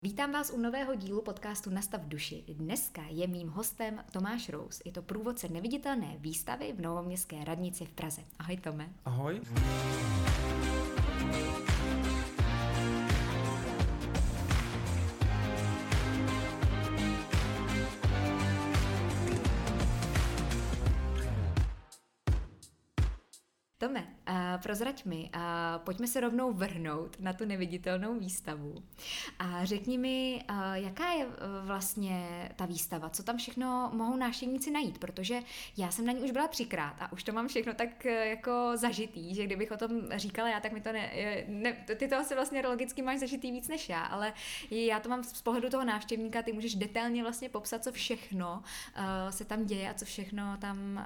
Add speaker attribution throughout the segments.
Speaker 1: Vítám vás u nového dílu podcastu Nastav duši. Dneska je mým hostem Tomáš Rous. Je to průvodce neviditelné výstavy v Novoměstské radnici v Praze. Ahoj Tome.
Speaker 2: Ahoj.
Speaker 1: Tome, prozrať mi, pojďme se rovnou vrhnout na tu neviditelnou výstavu. A řekni mi, jaká je vlastně ta výstava, co tam všechno mohou návštěvníci najít, protože já jsem na ní už byla 3krát a už to mám všechno tak jako zažitý, že kdybych o tom říkala já, tak mi to ty to asi vlastně logicky máš zažitý víc než já, ale já to mám z pohledu toho návštěvníka, ty můžeš detailně vlastně popsat, co všechno se tam děje a co všechno tam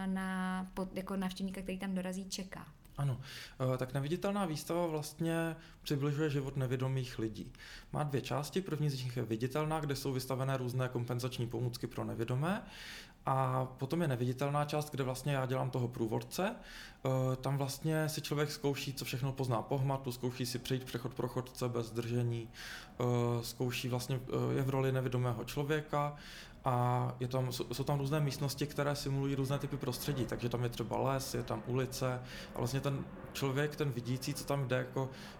Speaker 1: jako návštěvníka, který tam dorazí, čeká.
Speaker 2: Ano, tak neviditelná výstava vlastně přibližuje život nevidomých lidí. Má 2 části, první z nich je viditelná, kde jsou vystavené různé kompenzační pomůcky pro nevidomé, a potom je neviditelná část, kde vlastně já dělám toho průvodce. Tam vlastně si člověk zkouší, co všechno pozná po hmatu, zkouší si přejít přechod pro chodce bez zdržení, zkouší vlastně, je v roli nevidomého člověka a jsou tam různé místnosti, které simulují různé typy prostředí, takže tam je třeba les, je tam ulice a vlastně ten člověk, ten vidící, co tam jde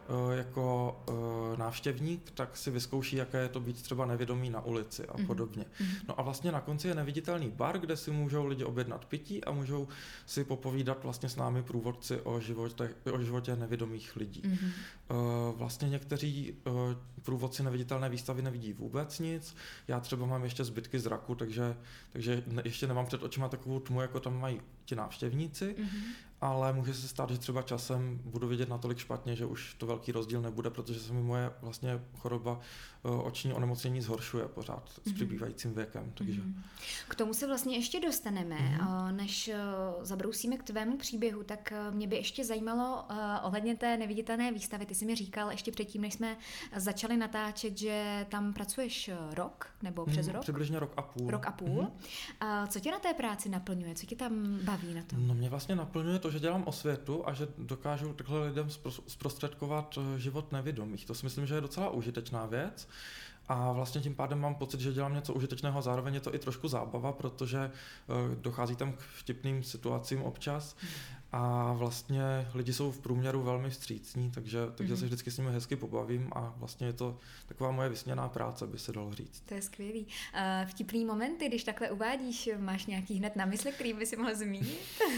Speaker 2: jako návštěvník, tak si vyzkouší, jaké je to být třeba nevědomý na ulici a podobně. No a vlastně na konci je neviditelný bar, kde si můžou lidi objednat pití a můžou si popovídat vlastně s námi průvodci o životě nevidomých lidí. Vlastně někteří průvodci neviditelné výstavy nevidí vůbec nic. Já třeba mám ještě zbytky zraku, takže ještě nemám před očima takovou tmu, jako tam mají ti návštěvníci, ale může se stát, že třeba časem budu vidět natolik špatně, že už to velký rozdíl nebude, protože se mi moje vlastně choroba oční onemocnění zhoršuje pořád s přibývajícím věkem. Takže.
Speaker 1: K tomu se vlastně ještě dostaneme. Než zabrousíme k tvému příběhu, tak mě by ještě zajímalo ohledně té neviditelné výstavy. Ty jsi mi říkal ještě předtím, než jsme začali natáčet, že tam pracuješ rok nebo přes rok?
Speaker 2: Přibližně rok a půl.
Speaker 1: Rok a půl. Co tě na té práci naplňuje? Co tě tam baví na tom?
Speaker 2: No, mě vlastně naplňuje to, že dělám osvětu a že dokážu takhle lidem zprostředkovat život nevidomých. To si myslím, že je docela užitečná věc. A vlastně tím pádem mám pocit, že dělám něco užitečného a zároveň je to i trošku zábava, protože dochází tam k vtipným situacím občas a vlastně lidi jsou v průměru velmi vstřícní, takže se vždycky s nimi hezky pobavím a vlastně je to taková moje vysněná práce, by se dalo říct.
Speaker 1: To je skvělý. Vtipný momenty, když takhle uvádíš, máš nějaký hned na mysli, který by si mohl zmínit?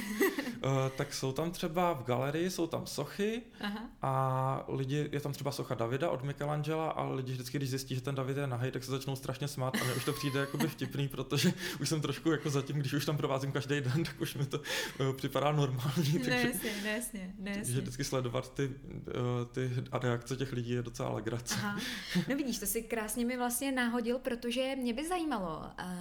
Speaker 2: Tak jsou tam třeba v galerii, jsou tam sochy a je tam třeba socha Davida od Michelangela a lidi vždycky, když zjistí, že ten David je nahej, tak se začnou strašně smát a mně už to přijde jakoby vtipný, protože už jsem trošku jako zatím, když už tam provázím každý den, tak už mi to připadá normální.
Speaker 1: Jasně.
Speaker 2: Takže vždycky sledovat ty reakce těch lidí je docela legrace.
Speaker 1: No vidíš, to si krásně mi vlastně nahodil, protože mě by zajímalo,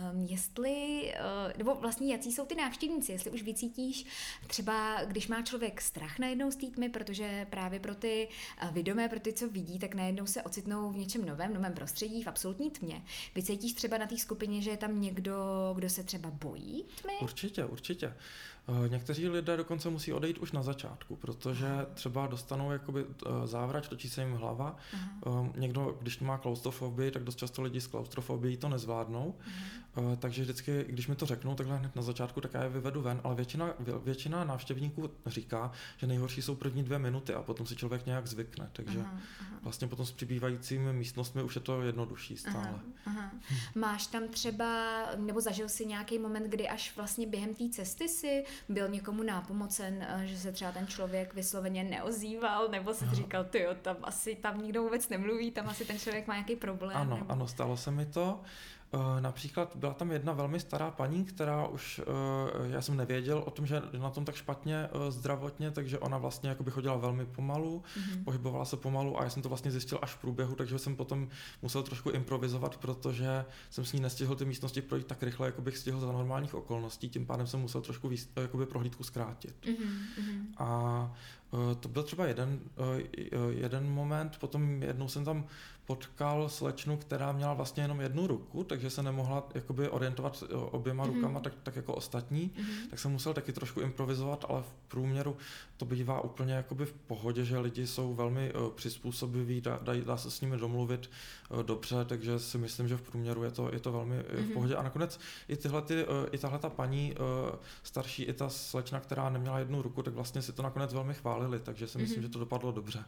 Speaker 1: nebo vlastně jaký jsou ty návštěvníci, jestli už vycítíš třeba, když má člověk strach najednou z té tmy, protože právě pro ty vidomé, pro ty, co vidí, tak najednou se ocitnou v něčem novém prostředí, v absolutní tmě. Vycítíš třeba na té skupině, že je tam někdo, kdo se třeba bojí tmy?
Speaker 2: Určitě. Někteří lidé dokonce musí odejít už na začátku, protože třeba dostanou jakoby závrač, točí se jim hlava. Někdo, když má klaustrofobii, tak dost často lidi s klaustrofobií to nezvládnou. Takže vždycky, když mi to řeknou takhle hned na začátku, tak já je vyvedu ven, ale většina návštěvníků říká, že nejhorší jsou první 2 minuty a potom si člověk nějak zvykne. Takže vlastně potom s přibývajícími místnostmi už je to jednodušší stále.
Speaker 1: Máš tam třeba, nebo zažil si nějaký moment, kdy až vlastně během té cesty si byl někomu nápomocen, že se třeba ten člověk vysloveně neozýval, nebo si říkal, tam nikdo vůbec nemluví, tam asi ten člověk má nějaký problém.
Speaker 2: Ano, stalo se mi to. Například byla tam jedna velmi stará paní, která už, já jsem nevěděl o tom, že na tom tak špatně zdravotně, takže ona vlastně jakoby chodila velmi pomalu, pohybovala se pomalu a já jsem to vlastně zjistil až v průběhu, takže jsem potom musel trošku improvizovat, protože jsem s ní nestihl ty místnosti projít tak rychle, jako bych stihl za normálních okolností, tím pádem jsem musel trošku jakoby prohlídku zkrátit. A To byl třeba jeden moment, potom jednou jsem tam potkal slečnu, která měla vlastně jenom jednu ruku, takže se nemohla jakoby orientovat oběma rukama tak jako ostatní, tak jsem musel taky trošku improvizovat, ale v průměru to bývá úplně jakoby v pohodě, že lidi jsou velmi přizpůsobiví, dá se s nimi domluvit dobře, takže si myslím, že v průměru je to velmi v pohodě. A nakonec i tahle ta paní starší, i ta slečna, která neměla jednu ruku, tak vlastně si to nakonec velmi chválili, takže si myslím, že to dopadlo dobře.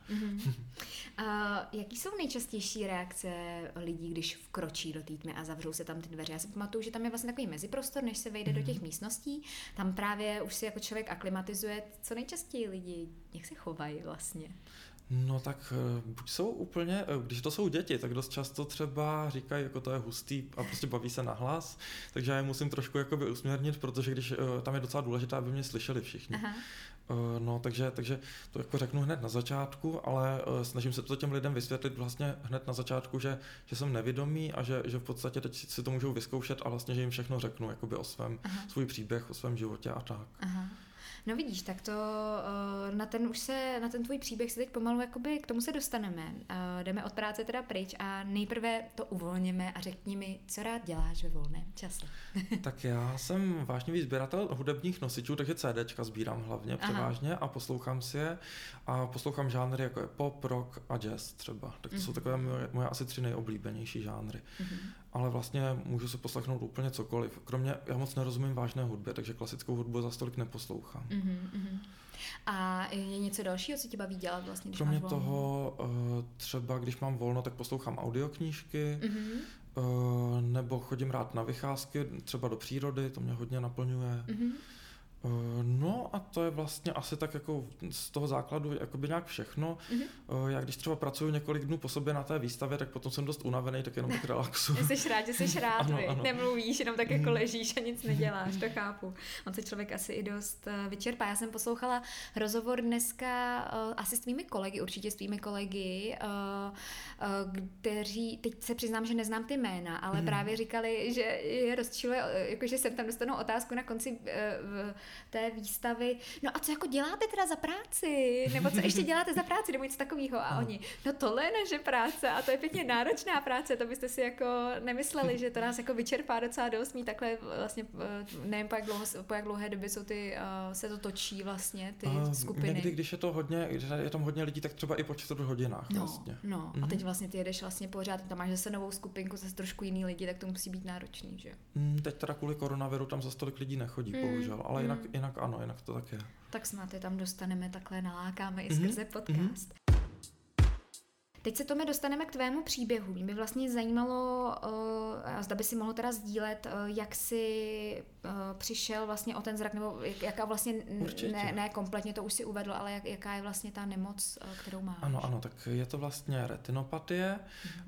Speaker 1: Jaký jsou nejčastější reakce lidí, když vkročí do té tmy a zavřou se tam ty dveře? Já si pamatuju, že tam je vlastně takový meziprostor, než se vejde do těch místností. Tam právě už si jako člověk aklimatizuje. Co nejčastěji lidi, jak se chovají vlastně?
Speaker 2: No tak buď jsou úplně, když to jsou děti, tak dost často třeba říkají, jako to je hustý a prostě baví se nahlas, takže já je musím trošku jakoby usměrnit, protože když tam je docela důležité, aby mě slyšeli všichni. Aha. No, takže to jako řeknu hned na začátku, ale snažím se to těm lidem vysvětlit vlastně hned na začátku, že jsem nevědomý a že v podstatě teď si to můžou vyzkoušet a vlastně, že jim všechno řeknu jakoby o svůj příběh, o svém životě a tak.
Speaker 1: Aha. No vidíš, tak to na ten tvůj příběh se teď pomalu jakoby k tomu se dostaneme. Jdeme od práce teda pryč a nejprve to uvolněme a řekni mi, co rád děláš ve volném čase.
Speaker 2: Tak já jsem vášnivý sběratel hudebních nosičů, takže CDčka sbírám hlavně převážně a poslouchám si je a poslouchám žánry jako je pop, rock a jazz třeba. Tak to jsou takové moje asi 3 nejoblíbenější žánry. Ale vlastně můžu se poslechnout úplně cokoliv. Kromě, já moc nerozumím vážné hudbě, takže klasickou hudbu za stolik neposlouchám.
Speaker 1: A je něco dalšího, co tě baví dělat vlastně, když
Speaker 2: kromě
Speaker 1: máš volno?
Speaker 2: toho třeba, když mám volno, tak poslouchám audioknížky, nebo chodím rád na vycházky, třeba do přírody, to mě hodně naplňuje. No a to je vlastně asi tak jako z toho základu jakoby nějak všechno. Já když třeba pracuji několik dnů po sobě na té výstavě, tak potom jsem dost unavený, tak jenom tak relaxuju.
Speaker 1: Jsi rád, ano. Nemluvíš, jenom tak jako ležíš a nic neděláš, to chápu. On se člověk asi i dost vyčerpá. Já jsem poslouchala rozhovor dneska asi s tvými kolegy, určitě s tvými kolegy, kteří, teď se přiznám, že neznám ty jména, ale právě říkali, že je rozčiluje, jakože jsem tam dostanou otázku na konci té výstavy, no a co jako děláte teda za práci? Nebo co ještě děláte za práci? Nebo něco takového? A oni, no tohle je naše práce a to je pěkně náročná práce, to byste si jako nemysleli, že to nás jako vyčerpá docela dost, mít takhle vlastně, nevím po jak dlouhé době jsou se to točí vlastně, ty skupiny.
Speaker 2: Někdy, když je tam hodně lidí, tak třeba i po 4 hodinách vlastně.
Speaker 1: No, a teď vlastně ty jedeš vlastně pořád, tam máš zase novou skupinku, zase trošku jiný lidi, tak to musí být náročný, že?
Speaker 2: Teď teda kvůli koronaviru tam zase tolik lidí nechodí, bohužel, ale jinak ano, jinak to tak je.
Speaker 1: Tak snad je tam dostaneme, takhle nalákáme i skrze podcast. Teď se Tome dostaneme k tvému příběhu. Mě by vlastně zajímalo, zda by si mohl teda sdílet, jak jsi přišel vlastně o ten zrak, nebo jaká vlastně, ne kompletně to už si uvedl, ale jaká je vlastně ta nemoc, kterou máš.
Speaker 2: Ano, tak je to vlastně retinopatie.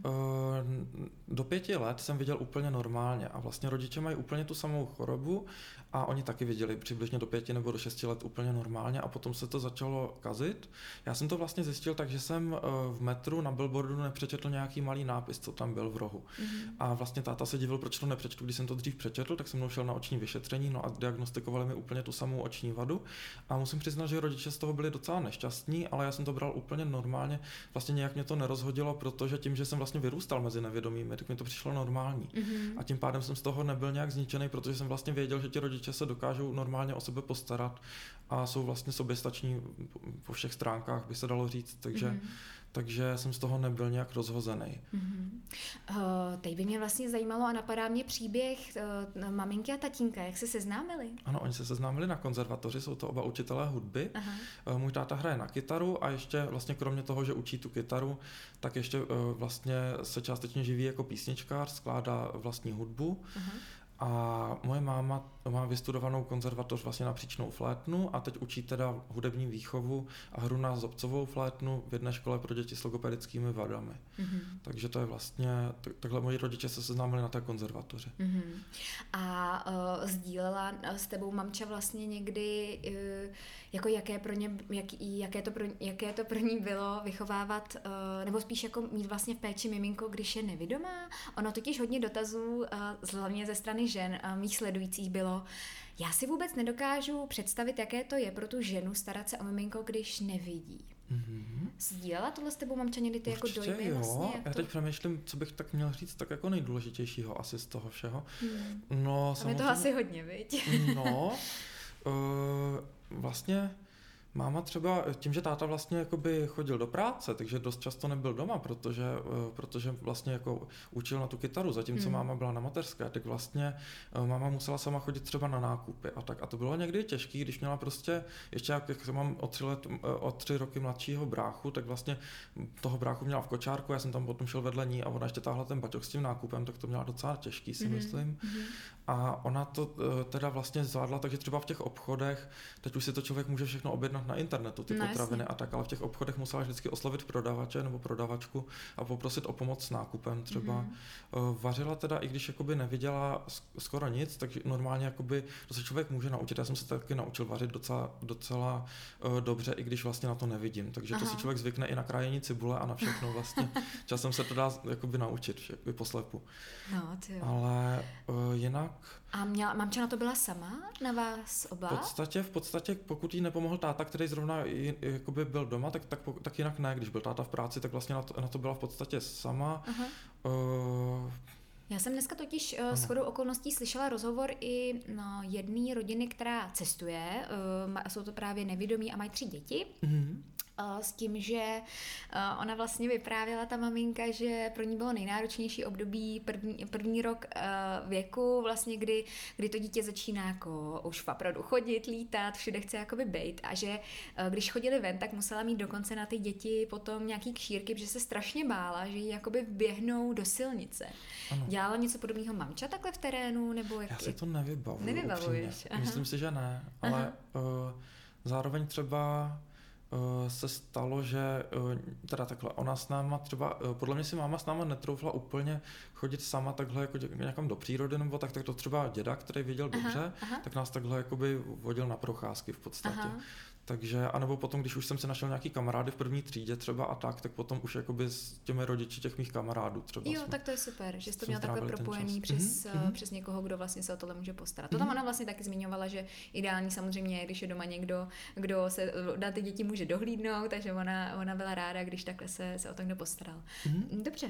Speaker 2: Do 5 let jsem viděl úplně normálně a vlastně rodiče mají úplně tu samou chorobu a oni taky viděli přibližně do 5 nebo do 6 let úplně normálně a potom se to začalo kazit. Já jsem to vlastně zjistil tak, že jsem v metru na billboardu nepřečetl nějaký malý nápis, co tam byl v rohu. A vlastně táta se divil, proč to nepřečtu, když jsem to dřív přečetl, tak jsem mnou šel na oční vyšetření, no a diagnostikovali mi úplně tu samou oční vadu. A musím přiznat, že rodiče z toho byli docela nešťastní, ale já jsem to bral úplně normálně. Vlastně nějak mě to nerozhodilo, protože tím, že jsem vlastně vyrůstal mezi nevědomými, tak mi to přišlo normální. A tím pádem jsem z toho nebyl nějak zničený, protože jsem vlastně věděl, že ti rodiče se dokážou normálně o sebe postarat a jsou vlastně soběstační po všech stránkách, by se dalo říct, takže jsem z toho nebyl nějak rozhozený.
Speaker 1: Teď by mě vlastně zajímalo a napadá mě příběh maminky a tatínka, jak se seznámili?
Speaker 2: Ano, oni se seznámili na konzervatoři, jsou to oba učitelé hudby. Můj táta hraje na kytaru a ještě vlastně kromě toho, že učí tu kytaru, tak ještě vlastně se částečně živí jako písničkář, skládá vlastní hudbu. A moje máma má vystudovanou konzervatoř vlastně na příčnou flétnu a teď učí teda hudební výchovu a hru na zobcovou flétnu v jedné škole pro děti s logopedickými vadami. Takže to je vlastně, takhle moji rodiče se seznámili na té konzervatoři.
Speaker 1: A sdílela s tebou mamča vlastně někdy, jako jaké to pro ní bylo vychovávat, nebo spíš jako mít vlastně v péči miminko, když je nevidomá? Ono totiž hodně dotazů, hlavně ze strany maximálně žen, mých sledujících bylo: já si vůbec nedokážu představit, jaké to je pro tu ženu starat se o miminko, když nevidí.
Speaker 2: Mm-hmm.
Speaker 1: Sdílela tohle s tebou mamča někdy ty jako dojmy?
Speaker 2: Jo.
Speaker 1: Vlastně,
Speaker 2: Já teď přemýšlím, co bych tak měl říct tak jako nejdůležitějšího asi z toho všeho. No,
Speaker 1: a je to asi hodně, viď?
Speaker 2: No, vlastně máma třeba, tím, že táta vlastně jakoby chodil do práce, takže dost často nebyl doma, protože vlastně jako učil na tu kytaru, zatímco máma byla na mateřské, tak vlastně máma musela sama chodit třeba na nákupy a tak. A to bylo někdy těžké, když měla prostě, ještě jak mám o 3 roky mladšího bráchu, tak vlastně toho bráchu měla v kočárku, já jsem tam potom šel vedle ní a ona ještě táhla ten baťoch s tím nákupem, tak to měla docela těžký, si myslím. A ona to teda vlastně zvládla, takže třeba v těch obchodech, teď už si to člověk může všechno objednat na internetu, ty potraviny a tak, ale v těch obchodech musela vždycky oslovit prodavače nebo prodavačku a poprosit o pomoc s nákupem třeba. Vařila teda, i když jakoby neviděla skoro nic, tak normálně jakoby, to se člověk může naučit. Já jsem se taky naučil vařit docela dobře, i když vlastně na to nevidím. Takže to si člověk zvykne i na krájení cibule a na všechno vlastně. Časem se to dá jakoby naučit, jakoby poslepu.
Speaker 1: No, ty jo.
Speaker 2: Ale jinak...
Speaker 1: A mamča na to byla sama? Na vás oba?
Speaker 2: V podstatě, pokud jí nepomohl táta, který zrovna jakoby byl doma, tak jinak ne. Když byl táta v práci, tak vlastně na to byla v podstatě sama.
Speaker 1: Já jsem dneska totiž shodou okolností slyšela rozhovor i jedné rodiny, která cestuje. Jsou to právě nevidomí a mají 3 děti. S tím, že ona vlastně vyprávěla, ta maminka, že pro ní bylo nejnáročnější období první rok věku, vlastně kdy to dítě začíná jako už opravdu chodit, lítat, všude chce jakoby bejt a že když chodili ven, tak musela mít dokonce na ty děti potom nějaký kšírky, protože se strašně bála, že jí jakoby vběhnou do silnice. Ano. Dělala něco podobného mamča takhle v terénu? Nebo jak,
Speaker 2: já si to nevybavuju.
Speaker 1: Nevybavuješ?
Speaker 2: Myslím si, že ne, ale zároveň třeba se stalo, že teda takhle, ona s náma třeba, podle mě si máma s náma netroufla úplně chodit sama takhle jako někam do přírody, nebo tak to třeba děda, který viděl dobře, tak nás takhle jakoby vodil na procházky v podstatě. Takže, anebo potom, když už jsem si našel nějaký kamarády v první třídě třeba a tak potom už jakoby s těmi rodiči těch mých kamarádů třeba.
Speaker 1: Jo, tak to je super, že jsi to měl takhle propojený přes někoho, kdo vlastně se o tohle může postarat. To tam ona vlastně taky zmiňovala, že ideální samozřejmě je, když je doma někdo, kdo se na ty děti může dohlídnout, takže ona byla ráda, když takhle se o to někdo postaral. Dobře.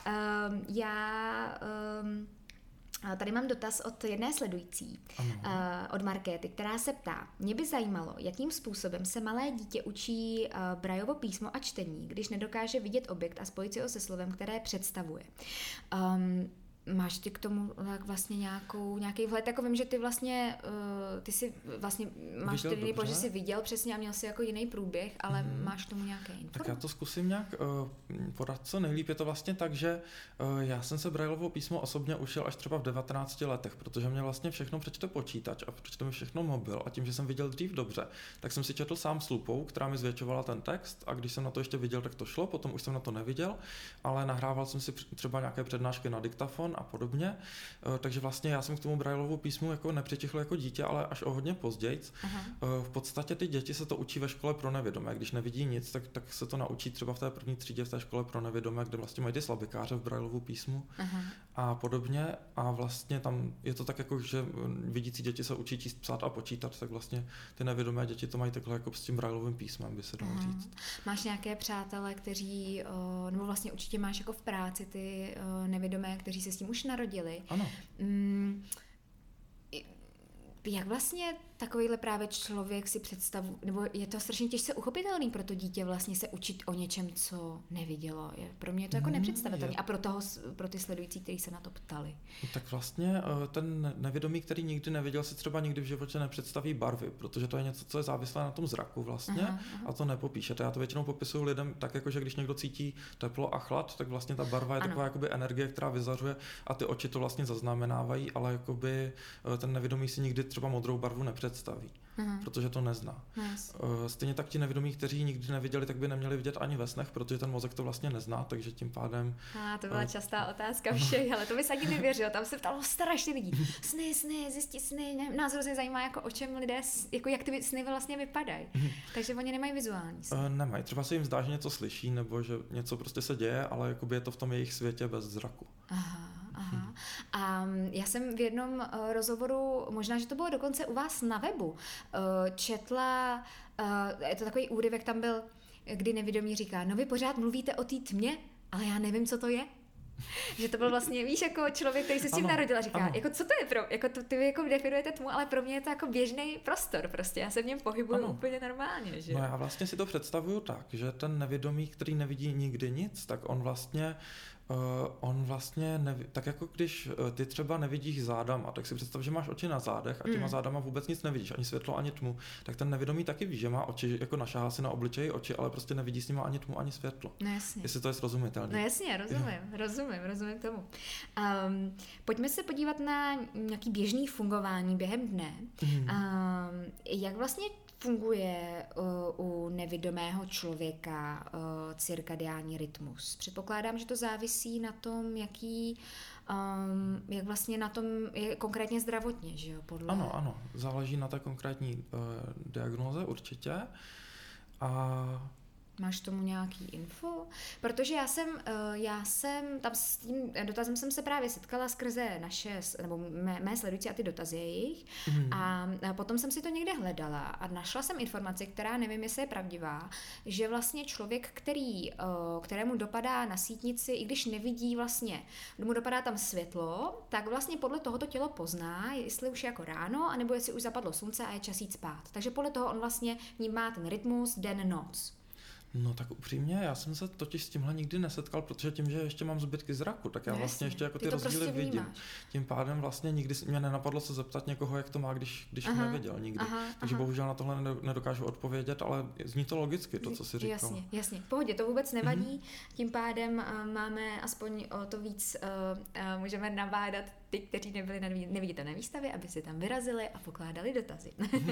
Speaker 1: Tady mám dotaz od jedné sledující, od Markéty, která se ptá: mě by zajímalo, jakým způsobem se malé dítě učí Braillovo písmo a čtení, když nedokáže vidět objekt a spojit si ho se slovem, které představuje. Máš ty k tomu vlastně nějaký vhled? Jako vím, že ty vlastně, ty si vlastně máš ty jiný, že jsi viděl přesně a měl si jako jiný průběh, ale máš k tomu nějaké informace?
Speaker 2: Tak já to zkusím nějak podat co nejlíp. Je to vlastně tak, že já jsem se Braillovo písmo osobně učil až třeba v 19 letech, protože mě vlastně všechno přečte počítač a přečte mi všechno mobil a tím, že jsem viděl dřív dobře, tak jsem si četl sám s lupou, která mi zvětšovala ten text a když jsem na to ještě viděl, tak to šlo, potom už jsem na to neviděl, ale nahrával jsem si třeba nějaké přednášky na diktafon a podobně. Takže vlastně já jsem k tomu Braillovu písmu jako nepřičichl jako dítě, ale až o hodně později. V podstatě ty děti se to učí ve škole pro nevědomé. Když nevidí nic, tak se to naučí třeba v té první třídě v té škole pro nevědomé, kde vlastně mají ty slabikáře v Braillovu písmu a podobně. A vlastně tam je to tak jako, že vidící děti se učí číst, psát a počítat, tak vlastně ty nevědomé děti to mají takhle jako s tím Braillovým písmem, by se dalo říct.
Speaker 1: Máš nějaké přátele, kteří, nebo vlastně určitě máš jako v práci ty nevědomé, kteří se s tím už narodili.
Speaker 2: Ano.
Speaker 1: Jak vlastně takovýhle právě člověk si představu, nebo je to strašně těžce uchopitelný pro to dítě vlastně se učit o něčem, co nevidělo. Pro mě je to jako nepředstavitelné. A pro ty sledující, kteří se na to ptali.
Speaker 2: Tak vlastně ten nevědomý, který nikdy neviděl, si třeba nikdy v životě nepředstaví barvy, protože to je něco, co je závislé na tom zraku vlastně a to nepopíšete. Já to většinou popisuju lidem tak, jako že když někdo cítí teplo a chlad, tak vlastně ta barva je taková jakoby energie, která vyzařuje a ty oči to vlastně zaznamenávají, ale jakoby ten nevědomý si nikdy třeba modrou barvu nepředstaví, protože to nezná. Stejně tak ti nevědomí, kteří nikdy neviděli, tak by neměli vidět ani ve snech, protože ten mozek to vlastně nezná, takže tím pádem...
Speaker 1: To byla častá otázka všech, ale to bys ani nevěřil, tam se ptalo strašně lidí. Sny, zjistit sny, nás hrozně zajímá, jako o čem lidé, jako jak ty sny vlastně vypadají. Takže oni nemají vizuální sny.
Speaker 2: Nemají, třeba se jim zdá, že něco slyší, nebo že něco prostě se děje, ale jakoby je to v tom jejich světě bez zraku.
Speaker 1: Aha. A já jsem v jednom rozhovoru, možná, že to bylo dokonce u vás na webu, četla, je to takový úryvek, tam byl, kdy nevědomí říká, no vy pořád mluvíte o té tmě, ale já nevím, co to je. Že to byl vlastně, víš, jako člověk, který se s tím narodil a říká, jako co to je jako ty jako definujete tmu, ale pro mě je to jako běžný prostor prostě, já se v něm pohybuju úplně normálně, že?
Speaker 2: No já vlastně si to představuju tak, že ten nevědomý, který nevidí nikdy nic, tak on vlastně tak jako když ty třeba nevidíš zádama, tak si představ, že máš oči na zádech a těma zádama vůbec nic nevidíš, ani světlo, ani tmu, tak ten nevědomý taky ví, že má oči, jako našahá si na obličeji oči, ale prostě nevidí s nima ani tmu, ani světlo.
Speaker 1: No jasně.
Speaker 2: Jestli to je srozumitelné.
Speaker 1: No jasně, rozumím tomu. Pojďme se podívat na nějaký běžný fungování během dne. Jak vlastně funguje u nevidomého člověka cirkadiální rytmus? Předpokládám, že to závisí na tom, jak vlastně na tom je konkrétně zdravotně, že jo?
Speaker 2: Ano, záleží na té konkrétní diagnóze určitě. A
Speaker 1: máš tomu nějaký info? Protože já jsem tam s tím dotazem jsem se právě setkala skrze mé sledující a ty dotazy jejich a potom jsem si to někde hledala a našla jsem informaci, která nevím, jestli je pravdivá, že vlastně člověk, kterému dopadá na sítnici, i když nevidí vlastně, mu dopadá tam světlo, tak vlastně podle toho to tělo pozná, jestli už je jako ráno, anebo jestli už zapadlo slunce a je čas jít spát. Takže podle toho on vlastně vnímá ten rytmus den-noc.
Speaker 2: No tak upřímně, já jsem se totiž s tímhle nikdy nesetkal, protože tím, že ještě mám zbytky zraku, tak já vlastně ještě jako ty rozdíly prostě vidím. Tím pádem vlastně nikdy mě nenapadlo se zeptat někoho, jak to má, když neviděl nikdy. Takže bohužel na tohle nedokážu odpovědět, ale zní to logicky, to, co si říkal.
Speaker 1: Jasně. V pohodě, to vůbec nevadí. Tím pádem máme aspoň o to víc, můžeme nabádat ty, kteří nebyli na neviditelné výstavě, aby si tam vyrazili a pokládali dotazy.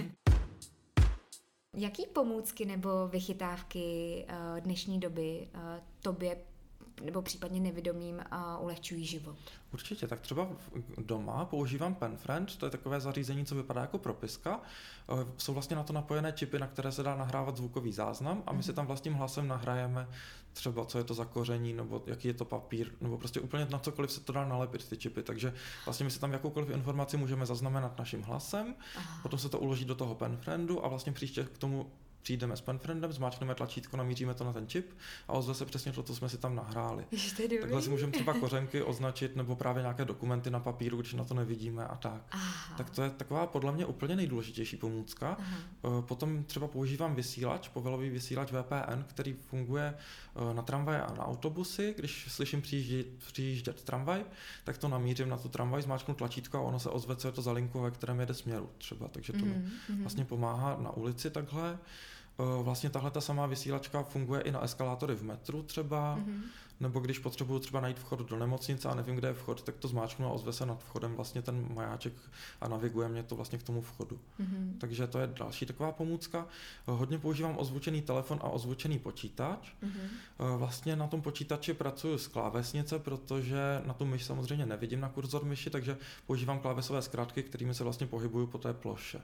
Speaker 1: Jaký pomůcky nebo vychytávky dnešní doby tobě nebo případně nevidomým ulehčují život?
Speaker 2: Určitě, tak třeba doma používám PenFriend, to je takové zařízení, co vypadá jako propiska. Jsou vlastně na to napojené čipy, na které se dá nahrávat zvukový záznam a my si tam vlastním hlasem nahrajeme třeba, co je to za koření, nebo jaký je to papír, nebo prostě úplně na cokoliv se to dá nalepit ty čipy. Takže vlastně my si tam jakoukoliv informaci můžeme zaznamenat naším hlasem, potom se to uloží do toho PenFriendu a vlastně příště k tomu přijdeme s PenFriendem, zmáčkneme tlačítko, namíříme to na ten čip a ozve se přesně to, co jsme si tam nahráli. Takhle si můžeme třeba kořenky označit nebo právě nějaké dokumenty na papíru, když na to nevidíme a tak. Tak to je taková podle mě úplně nejdůležitější pomůcka. Potom třeba používám vysílač, povelový vysílač VPN, který funguje na tramvaje a na autobusy. Když slyším přijíždět tramvaj, tak to namířím na tu tramvaj, zmáčknu tlačítko a ono se ozve, co je to za linku, ve kterém jede směru třeba. Takže to mi vlastně pomáhá na ulici takhle. Vlastně tahle ta samá vysílačka funguje i na eskalátory v metru třeba, nebo když potřebuju třeba najít vchod do nemocnice a nevím, kde je vchod, tak to zmáčknu a ozve se nad vchodem vlastně ten majáček a naviguje mě to vlastně k tomu vchodu. Takže to je další taková pomůcka. Hodně používám ozvučený telefon a ozvučený počítač. Vlastně na tom počítači pracuju z klávesnice, protože na tu myš samozřejmě nevidím na kurzor myši, takže používám klávesové zkrátky, kterými se vlastně pohybuju po té ploše.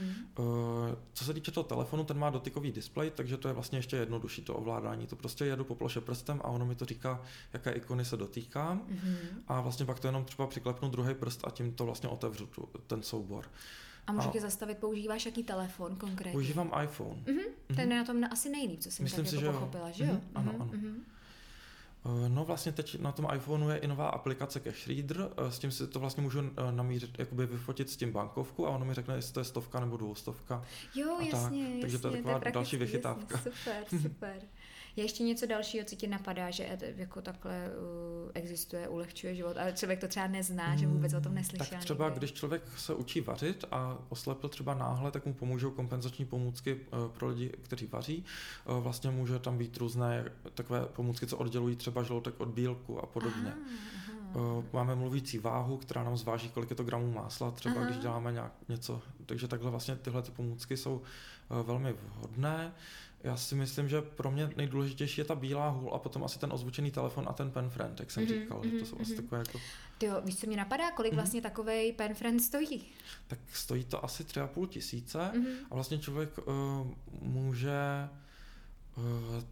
Speaker 2: Co se týče toho telefonu, ten má dotykový displej, takže to je vlastně ještě jednodušší to ovládání. To prostě jedu po ploše prstem a ono mi to říká, jaké ikony se dotýkám a vlastně pak to jenom třeba přiklepnu druhý prst a tím to vlastně otevřu ten soubor.
Speaker 1: A můžu tě zastavit, používáš jaký telefon konkrétně?
Speaker 2: Používám iPhone.
Speaker 1: Ten je na tom asi nejlíp, co jsem
Speaker 2: myslím
Speaker 1: tak
Speaker 2: si,
Speaker 1: jako
Speaker 2: že
Speaker 1: pochopila, že jo?
Speaker 2: Ano. No vlastně teď na tom iPhoneu je i nová aplikace Cash Reader, s tím si to vlastně můžu namířit, jakoby vyfotit s tím bankovku a ono mi řekne, jestli to je 100 nebo 200.
Speaker 1: Jo, jasně.
Speaker 2: Takže to je taková další vychytávka.
Speaker 1: Super. Je ještě něco dalšího, co ti napadá, že jako takhle existuje, ulehčuje život, ale člověk to třeba nezná, že vůbec o tom neslyšel.
Speaker 2: Tak třeba, když člověk se učí vařit a oslepl třeba náhle, tak mu pomůžou kompenzační pomůcky pro lidi, kteří vaří. Vlastně může tam být různé takové pomůcky, co oddělují třeba žloutek od bílku a podobně. Máme mluvící váhu, která nám zváží, kolik je to gramů másla, třeba když děláme něco. Takže takhle vlastně tyhle ty pomůcky jsou velmi vhodné. Já si myslím, že pro mě nejdůležitější je ta bílá hůl a potom asi ten ozvučený telefon a ten PenFriend, jak jsem říkal, že to jsou asi takové jako...
Speaker 1: Tyjo, víš, co mě napadá, kolik vlastně takovej PenFriend stojí?
Speaker 2: Tak stojí to asi 3,5 000 a vlastně člověk může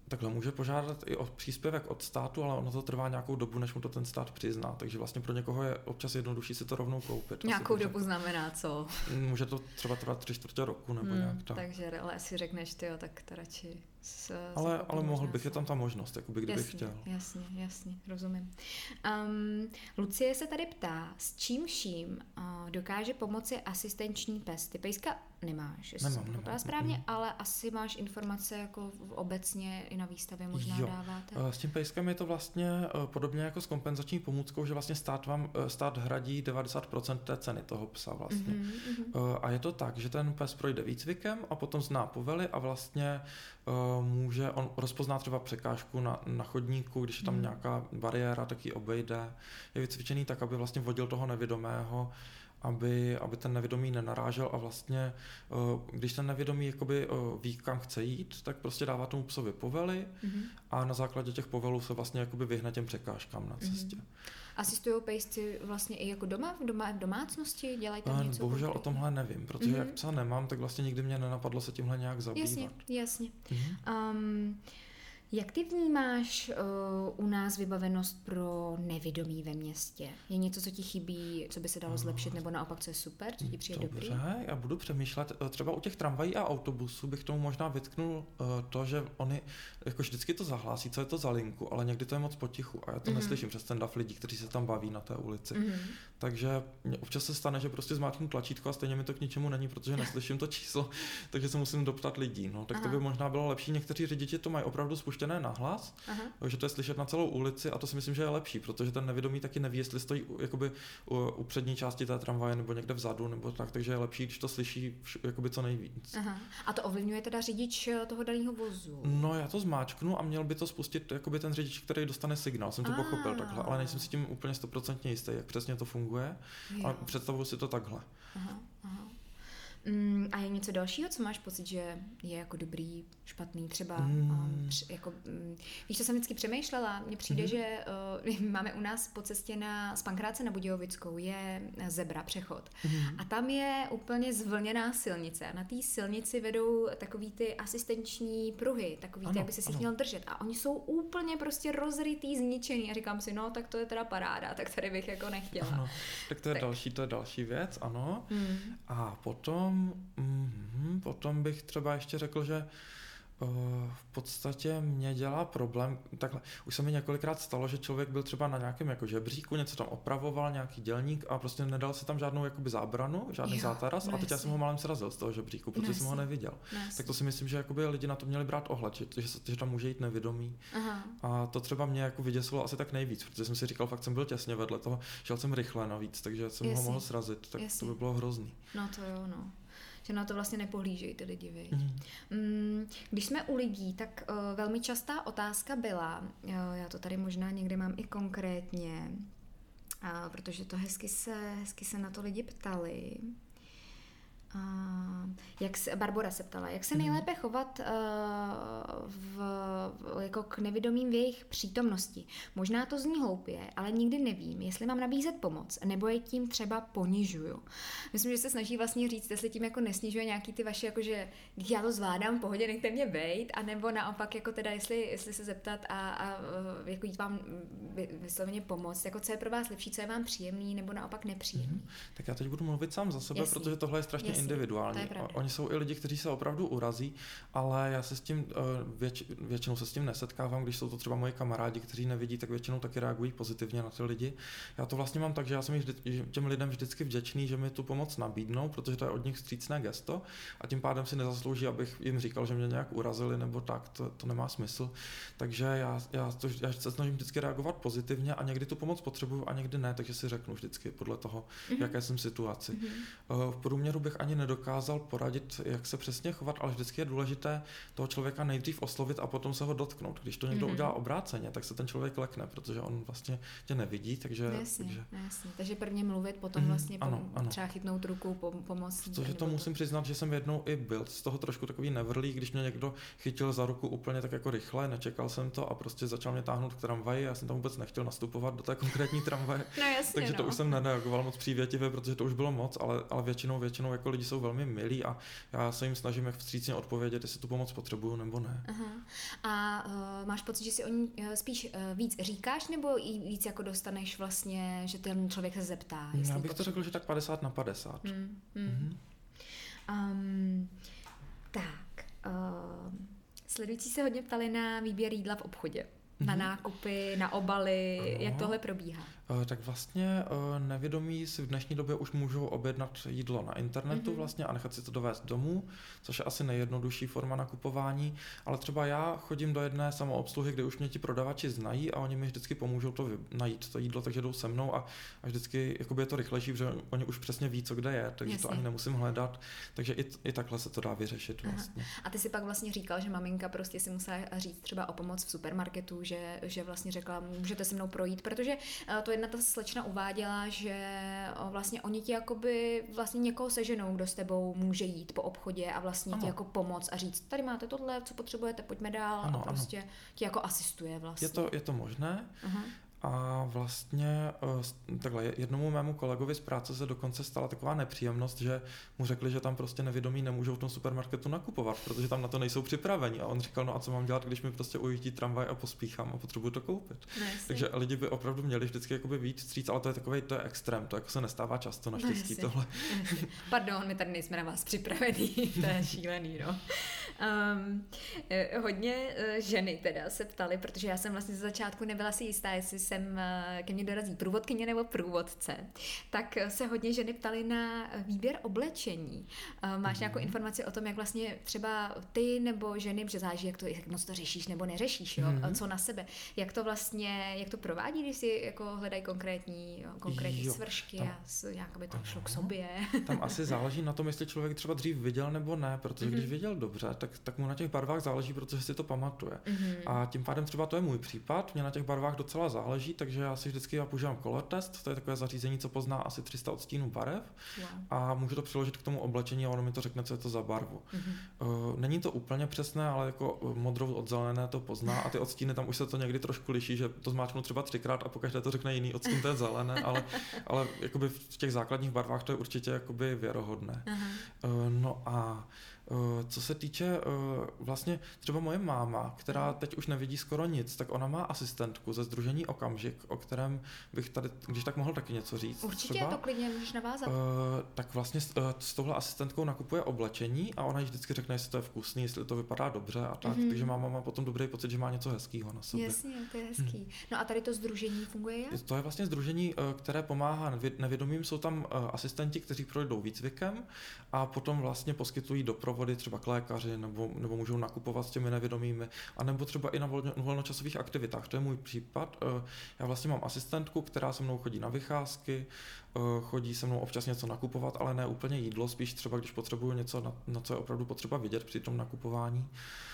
Speaker 2: Takhle může požádat i o příspěvek od státu, ale ono to trvá nějakou dobu, než mu to ten stát přizná. Takže vlastně pro někoho je občas jednodušší si to rovnou koupit.
Speaker 1: Nějakou dobu znamená co?
Speaker 2: Může to třeba trvat 3/4 roku nebo nějak tak.
Speaker 1: Takže ale si řekneš, tyjo, tak to radši...
Speaker 2: Ale mohl bych, je tam ta možnost, jakoby, kdybych chtěl.
Speaker 1: Jasně, rozumím. Lucie se tady ptá, s čím vším dokáže pomoci asistenční pes? Ty pejska nemáš, jestli jsem pochopila správně, ale asi máš informace jako obecně i na výstavě možná dáváte.
Speaker 2: S tím pejskem je to vlastně podobně jako s kompenzační pomůckou, že vlastně stát hradí 90% té ceny toho psa vlastně. A je to tak, že ten pes projde výcvikem a potom zná povely a vlastně on rozpozná třeba překážku na chodníku, když je tam nějaká bariéra, tak ji obejde. Je vycvičený tak, aby vlastně vodil toho nevědomého, aby ten nevědomý nenarážel a vlastně, když ten nevědomý jakoby ví, kam chce jít, tak prostě dává tomu psovi povely a na základě těch povelů se vlastně jakoby vyhne těm překážkám na cestě.
Speaker 1: Asistují pejsci vlastně i jako doma, v domácnosti? Dělají tam něco?
Speaker 2: Bohužel o tomhle nevím, protože jak psa nemám, tak vlastně nikdy mě nenapadlo se tímhle nějak zabývat.
Speaker 1: Jasně. Jak ty vnímáš u nás vybavenost pro nevědomí ve městě? Je něco, co ti chybí, co by se dalo zlepšit, nebo naopak, co je super, co ti přijde dobrý?
Speaker 2: Dobře, já budu přemýšlet. Třeba u těch tramvají a autobusů bych tomu možná vytknul to, že oni jako vždycky to zahlásí, co je to za linku, ale někdy to je moc potichu a já to neslyším přes ten dav lidí, kteří se tam baví na té ulici. Takže občas se stane, že prostě zmáčknu tlačítko a stejně mi to k ničemu není, protože neslyším to číslo, takže se musím doptat lidí. No, tak to by možná bylo lepší. Někteří řidiči to mají opravdu spuštěné nahlas, že to je slyšet na celou ulici a to si myslím, že je lepší, protože ten nevědomý taky neví, jestli stojí jakoby u přední části té tramvaje nebo někde vzadu nebo tak, takže je lepší, když to slyší jakoby co nejvíc.
Speaker 1: A to ovlivňuje teda řidič toho daného vozu?
Speaker 2: No, já to zmáčknu a měl by to spustit jakoby ten řidič, který dostane signál. Jsem to pochopil takhle, ale nejsem si tím úplně 100% jistý, jak přesně to funguje. Ale představuji si to takhle.
Speaker 1: A je něco dalšího, co máš pocit, že je jako dobrý, špatný třeba? Víš, co jsem vždycky přemýšlela? Mně přijde, že máme u nás po cestě z Pankráce na Budějovickou je zebra, přechod. A tam je úplně zvlněná silnice. A na té silnici vedou takový ty asistenční pruhy, takový ty, aby se měl držet. A oni jsou úplně prostě rozrytý, zničený. A říkám si, no, tak to je teda paráda, tak tady bych jako nechtěla.
Speaker 2: Ano. Tak to je další věc, ano. A potom bych třeba ještě řekl, že v podstatě mě dělá problém, takhle, už se mi několikrát stalo, že člověk byl třeba na nějakém jako žebříku, něco tam opravoval, nějaký dělník a prostě nedal si tam žádnou jakoby zábranu, žádný zátaras a teď já jsem ho málem srazil z toho žebříku, protože jsem ho neviděl. Tak to si myslím, že jakoby lidi na to měli brát ohled, že tam může jít nevědomý. A to třeba mě jako vyděsilo asi tak nejvíc, protože jsem si říkal, fakt jsem byl těsně vedle toho, šel jsem rychle navíc, takže jsem ho mohl srazit, tak to by bylo hrozný.
Speaker 1: No to jo, no. Že na to vlastně nepohlížejí ty lidi, viď? Když jsme u lidí, tak velmi častá otázka byla, já to tady možná někde mám i konkrétně, protože to hezky se na to lidi ptali. Barbora se ptala, jak se nejlépe chovat jako k nevědomým v jejich přítomnosti. Možná to zní hloupě, ale nikdy nevím, jestli mám nabízet pomoc, nebo je tím třeba ponižuju. Myslím, že se snaží vlastně říct, jestli tím jako nesnižuje nějaký ty vaše, jakože já to zvládám, v pohodě, nechte mě bejt, anebo naopak jako teda, jestli se zeptat a jako jít vám vysloveně pomoct, jako co je pro vás lepší, co je vám příjemný, nebo naopak nepříjemný.
Speaker 2: Tak já teď budu mluvit sám za sebe, protože tohle je strašně individuální. Oni jsou i lidi, kteří se opravdu urazí, ale já se s tím většinou se s tím nesetkávám, když jsou to třeba moji kamarádi, kteří nevidí, tak většinou taky reagují pozitivně na ty lidi. Já to vlastně mám tak, že já jsem těm lidem vždycky vděčný, že mi tu pomoc nabídnou, protože to je od nich vstřícné gesto a tím pádem si nezaslouží, abych jim říkal, že mě nějak urazili nebo tak, to nemá smysl. Takže já se snažím vždycky reagovat pozitivně a někdy tu pomoc potřebuju a někdy ne, takže si řeknu vždycky podle toho, v jaké jsem situaci. V průměru bych ani nedokázal poradit, jak se přesně chovat, ale vždycky je důležité toho člověka nejdřív oslovit a potom se ho dotknout. Když to někdo udělá obráceně, tak se ten člověk lekne, protože on vlastně tě nevidí, takže...
Speaker 1: Jasně. Takže prvně mluvit, potom vlastně třeba chytnout ruku, pomoct.
Speaker 2: Protože to musím přiznat, že jsem jednou i byl z toho trošku takový nevrlý, když mě někdo chytil za ruku úplně tak jako rychle, nečekal jsem to a prostě začal mě táhnout k tramvaji, já jsem tam vůbec nechtěl nastupovat do té konkrétní tramvaje.
Speaker 1: No jasně,
Speaker 2: takže to už jsem nereagoval moc přívětivě, protože to už bylo moc, ale většinou jako lidi jsou velmi milí a já se jim snažím jak vstřícně odpovědět, jestli tu pomoc potřebuju nebo ne.
Speaker 1: Aha. A máš pocit, že si o ní spíš víc říkáš, nebo i víc jako dostaneš vlastně, že ten člověk se zeptá?
Speaker 2: Já bych to řekl, že tak 50/50.
Speaker 1: Sledující se hodně ptali na výběr jídla v obchodě. Na nákupy, na obaly, jak tohle probíhá?
Speaker 2: Tak vlastně nevědomí si v dnešní době už můžou objednat jídlo na internetu vlastně a nechat si to dovést domů, což je asi nejjednodušší forma nakupování, ale třeba já chodím do jedné samoobsluhy, kde už mě ti prodavači znají a oni mi vždycky pomůžou najít to jídlo, takže jdou se mnou a vždycky jakoby je to rychlejší, protože oni už přesně ví, co kde je, takže
Speaker 1: Jasně.
Speaker 2: to ani nemusím hledat, takže i takhle se to dá vyřešit vlastně.
Speaker 1: A ty si pak vlastně říkal, že maminka prostě si musela říct třeba o pomoc v supermarketu, že vlastně řekla, můžete se mnou projít, protože to jedna ta slečna uváděla, že vlastně oni ti jakoby vlastně někoho seženou, kdo s tebou může jít po obchodě a vlastně ti jako pomoct a říct, tady máte tohle, co potřebujete, pojďme dál a prostě ti jako asistuje vlastně.
Speaker 2: Je to možné. A vlastně takhle jednomu mému kolegovi z práce se dokonce stala taková nepříjemnost, že mu řekli, že tam prostě nevědomí nemůžou v tom supermarketu nakupovat, protože tam na to nejsou připraveni. A on říkal, no a co mám dělat, když mi prostě ujíždí tramvaj a pospíchám a potřebuji to koupit. Takže lidi by opravdu měli vždycky jakoby víc vstříc, ale to je extrém, to jako se nestává často naštěstí tohle.
Speaker 1: Pardon, my tady nejsme na vás připravení, to je šílený, no. Hodně ženy teda se ptaly, protože já jsem vlastně ze začátku nebyla si jistá, jestli sem ke mně dorazí průvodkyně nebo průvodce, tak se hodně ženy ptaly na výběr oblečení. Máš nějakou informaci o tom, jak vlastně třeba ty nebo ženy, protože záleží, jak moc to řešíš nebo neřešíš, jo? Co na sebe, jak to provádí, když si jako hledají konkrétní svršky a nějak aby to šlo k sobě.
Speaker 2: Tam asi záleží na tom, jestli člověk třeba dřív viděl nebo ne, protože když viděl dobře, tak mu na těch barvách záleží, protože si to pamatuje. A tím pádem třeba to je můj případ, mě na těch barvách docela záleží, takže já si vždycky používám color test, to je takové zařízení, co pozná asi 300 odstínů barev a můžu to přiložit k tomu oblečení a ono mi to řekne, co je to za barvu. Není to úplně přesné, ale jako modrou od zelené to pozná a ty odstíny tam už se to někdy trošku liší, že to zmáčknu třeba 3krát a pokaždé to řekne jiný odstín, to je zelené, ale jakoby v těch základních barvách to je určitě jakoby věrohodné. No a co se týče vlastně třeba moje máma, která teď už nevidí skoro nic, tak ona má asistentku ze sdružení Okamžik, o kterém bych tady, když tak mohl taky něco říct.
Speaker 1: Určitě,
Speaker 2: třeba,
Speaker 1: to klidně můžeš navázat.
Speaker 2: Tak vlastně s touhle asistentkou nakupuje oblečení a ona jí vždycky řekne, jestli to je vkusný, jestli to vypadá dobře a tak, takže máma má potom dobrý pocit, že má něco hezkýho na sobě.
Speaker 1: Jasně, to je hezký. No a tady to sdružení funguje jak?
Speaker 2: To je vlastně sdružení, které pomáhá nevědomým, jsou tam asistenti, kteří projdou výcvikem a potom vlastně poskytují doprovody třeba k lékaři nebo můžou nakupovat s těmi nevědomými, anebo třeba i na volnočasových aktivitách. To je můj případ. Já vlastně mám asistentku, která se mnou chodí na vycházky, chodí se mnou občas něco nakupovat, ale ne úplně jídlo, spíš třeba když potřebuju něco, na co je opravdu potřeba vidět při tom nakupování.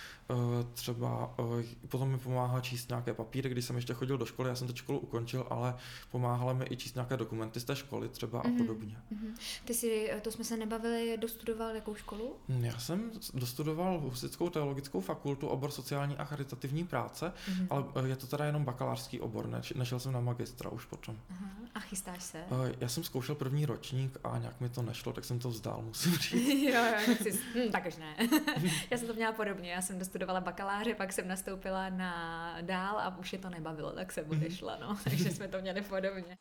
Speaker 2: Třeba potom mi pomáhá číst nějaké papíry, když jsem ještě chodil do školy, já jsem teď školu ukončil, ale pomáhala mi i číst nějaké dokumenty z té školy třeba a podobně.
Speaker 1: Ty si, to jsme se nebavili, dostudoval jakou školu?
Speaker 2: Já jsem dostudoval Husitskou teologickou fakultu, obor sociální a charitativní práce, ale je to teda jenom bakalářský obor, nešel jsem na magistra už potom.
Speaker 1: A chystáš se?
Speaker 2: Já jsem zkoušel první ročník a nějak mi to nešlo, tak jsem to vzdál, musím říct.
Speaker 1: jo, tak už ne. Já jsem to měla podobně, já jsem dostudovala bakaláře, pak jsem nastoupila na dál a už je to nebavilo, tak jsem odešla, no. Takže jsme to měli podobně.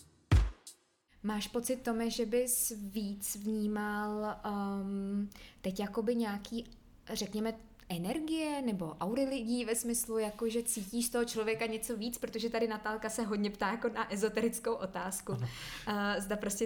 Speaker 1: Máš pocit, Tome, že bys víc vnímal teď jakoby nějaký, řekněme, energie nebo aury lidí ve smyslu, jako že cítíš z toho člověka něco víc, protože tady Natálka se hodně ptá jako na ezoterickou otázku. Zda prostě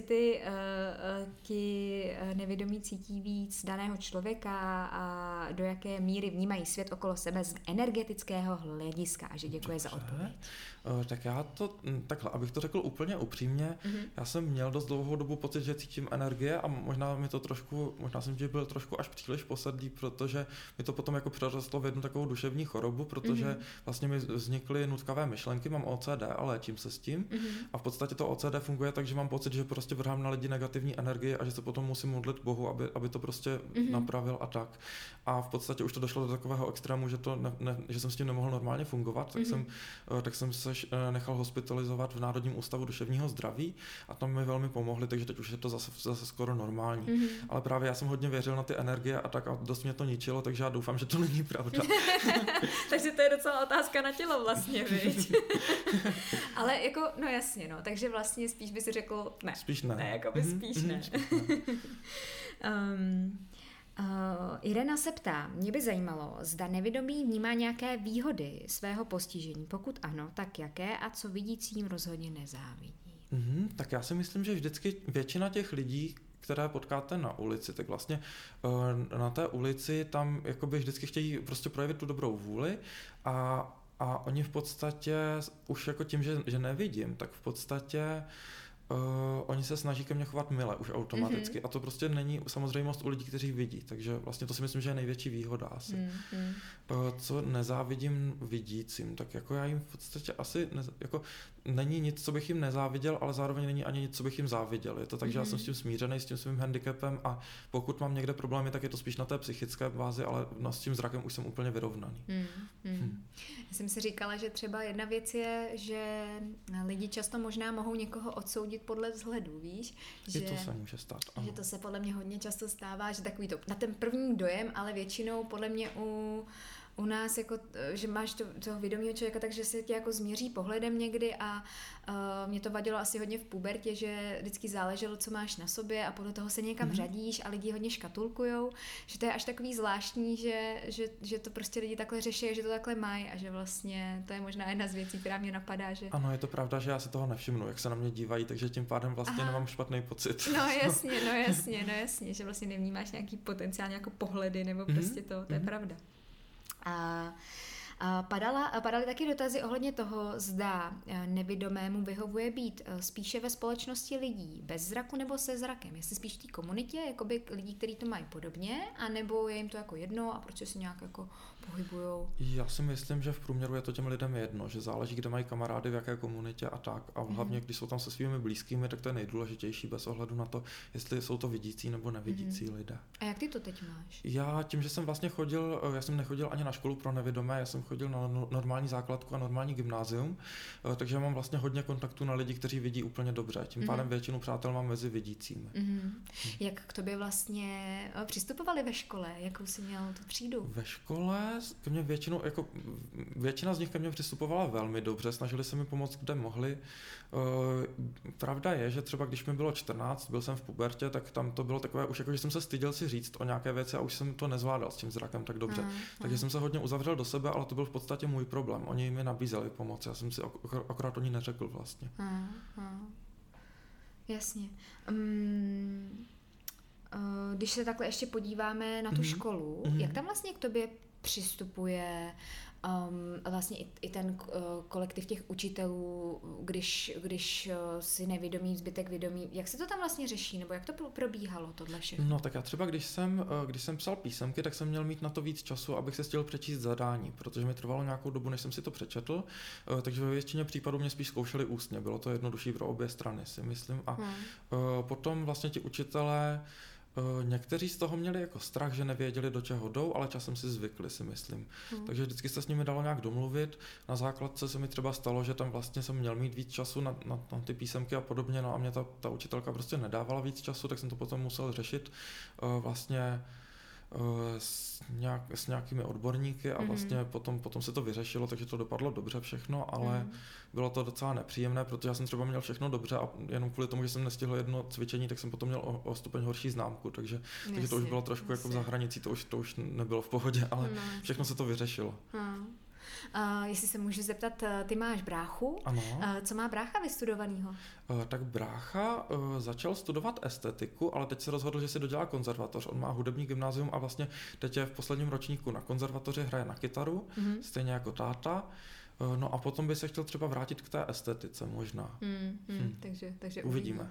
Speaker 1: ti nevědomí cítí víc daného člověka a do jaké míry vnímají svět okolo sebe z energetického hlediska a že děkuji za odpověď.
Speaker 2: Tak já to takhle, abych to řekl úplně upřímně, já jsem měl dost dlouhou dobu pocit, že cítím energie a možná jsem byl trošku až příliš posedlý, protože mi to potom potom jako přerostlo v jednu takovou duševní chorobu, protože vlastně mi vznikly nutkavé myšlenky, mám OCD a léčím se s tím a v podstatě to OCD funguje tak, že mám pocit, že prostě vrhám na lidi negativní energii a že se potom musím modlit Bohu, aby to prostě napravil a tak. A v podstatě už to došlo do takového extrému, že že jsem s tím nemohl normálně fungovat, tak jsem se nechal hospitalizovat v Národním ústavu duševního zdraví a tam mi velmi pomohli, takže teď už je to zase skoro normální. Ale právě já jsem hodně věřil na ty energie a tak a dost mě to ničilo, takže já doufám, že to není pravda.
Speaker 1: Takže to je docela otázka na tělo vlastně, viď? Ale jako, no jasně, no, takže vlastně spíš by si řekl ne.
Speaker 2: Spíš ne.
Speaker 1: Ne, jako by spíš ne. Irena se ptá, mě by zajímalo, zda nevědomý vnímá nějaké výhody svého postižení. Pokud ano, tak jaké a co vidícím rozhodně nezávidí?
Speaker 2: Tak já si myslím, že vždycky většina těch lidí, které potkáte na ulici, tak vlastně na té ulici tam jakoby vždycky chtějí prostě projevit tu dobrou vůli a oni v podstatě už jako tím, že nevidím, tak v podstatě oni se snaží ke mně chovat mile už automaticky a to prostě není samozřejmost u lidí, kteří vidí, takže vlastně to si myslím, že je největší výhoda asi. Co nezávidím vidícím, tak jako já jim v podstatě asi jako není nic, co bych jim nezáviděl, ale zároveň není ani nic, co bych jim záviděl. Je to tak, že já jsem s tím smířený, s tím svým handicapem a pokud mám někde problémy, tak je to spíš na té psychické bázi, ale s tím zrakem už jsem úplně vyrovnaný.
Speaker 1: Já jsem si říkala, že třeba jedna věc je, že lidi často možná mohou někoho odsoudit podle vzhledu, víš?
Speaker 2: Že to se může stát. Ano.
Speaker 1: Že to se podle mě hodně často stává, že takový to na ten první dojem, ale většinou podle mě u nás, jako, že máš toho vědomího člověka, takže se tě jako změří pohledem někdy a mě to vadilo asi hodně v pubertě, že vždycky záleželo, co máš na sobě a podle toho se někam řadíš a lidi hodně škatulkujou, že to je až takový zvláštní, že to prostě lidi takhle řeší, že to takhle mají a že vlastně to je možná jedna z věcí, která mě napadá, že...
Speaker 2: Ano, je to pravda, že já si toho nevšimnu, jak se na mě dívají, takže tím pádem vlastně nemám špatný pocit.
Speaker 1: No jasně, že vlastně nevnímáš nějaký potenciální jako pohledy nebo prostě to je pravda. Padaly taky dotazy ohledně toho, zda nevidomému vyhovuje být spíše ve společnosti lidí bez zraku nebo se zrakem. Jestli spíš v té komunitě, jakoby lidí, kteří to mají podobně, anebo je jim to jako jedno a proč se nějak jako pohybujou?
Speaker 2: Já si myslím, že v průměru je to těm lidem jedno, že záleží, kde mají kamarády, v jaké komunitě a tak. A hlavně, když jsou tam se svými blízkými, tak to je nejdůležitější bez ohledu na to, jestli jsou to vidící nebo nevidící lidé.
Speaker 1: A jak ty to teď máš?
Speaker 2: Já tím, že jsem vlastně já jsem nechodil ani na školu pro nevidomé, já jsem chodil na normální základku a normální gymnázium, takže mám vlastně hodně kontaktů na lidi, kteří vidí úplně dobře. Tím pádem většinu přátel mám mezi vidícími.
Speaker 1: Jak k tobě vlastně přistupovali ve škole? Jakou jsi měl tu třídu?
Speaker 2: Ve škole ke mně většina z nich ke mně přistupovala velmi dobře, snažili se mi pomoct, kde mohli. Pravda je, že třeba když mi bylo 14, byl jsem v pubertě, tak tam to bylo takové už jako, že jsem se styděl si říct o nějaké věci a už jsem to nezvládal s tím zrakem tak dobře. Takže jsem se hodně uzavřel do sebe, ale to byl v podstatě můj problém. Oni mi nabízeli pomoc, já jsem si akorát o ní neřekl vlastně.
Speaker 1: Jasně. Když se takhle ještě podíváme na tu školu, jak tam vlastně k tobě přistupuje vlastně i ten kolektiv těch učitelů, když si nevědomí, zbytek vědomí, jak se to tam vlastně řeší, nebo jak to probíhalo tohle všechno?
Speaker 2: No tak já třeba, když jsem psal písemky, tak jsem měl mít na to víc času, abych se stihl přečíst zadání, protože mi trvalo nějakou dobu, než jsem si to přečetl, takže ve většině případů mě spíš zkoušeli ústně, bylo to jednodušší pro obě strany, si myslím. A potom vlastně ti učitelé někteří z toho měli jako strach, že nevěděli, do čeho jdou, ale časem si zvykli, si myslím. Takže vždycky se s nimi dalo nějak domluvit. Na základce se mi třeba stalo, že tam vlastně jsem měl mít víc času na ty písemky a podobně, no a mě ta učitelka prostě nedávala víc času, tak jsem to potom musel řešit vlastně s nějakými odborníky a vlastně potom se to vyřešilo, takže to dopadlo dobře všechno, ale bylo to docela nepříjemné, protože já jsem třeba měl všechno dobře a jenom kvůli tomu, že jsem nestihl jedno cvičení, tak jsem potom měl o stupeň horší známku, takže to už bylo trošku jako za hranicí, to už nebylo v pohodě, ale všechno se to vyřešilo.
Speaker 1: Jestli se můžu zeptat, ty máš bráchu?
Speaker 2: Ano.
Speaker 1: Co má brácha vystudovanýho?
Speaker 2: Tak brácha začal studovat estetiku, ale teď se rozhodl, že si dodělá konzervatoř. On má hudební gymnázium a vlastně teď je v posledním ročníku na konzervatoři, hraje na kytaru, stejně jako táta. No a potom by se chtěl třeba vrátit k té estetice možná.
Speaker 1: Takže
Speaker 2: uvidíme.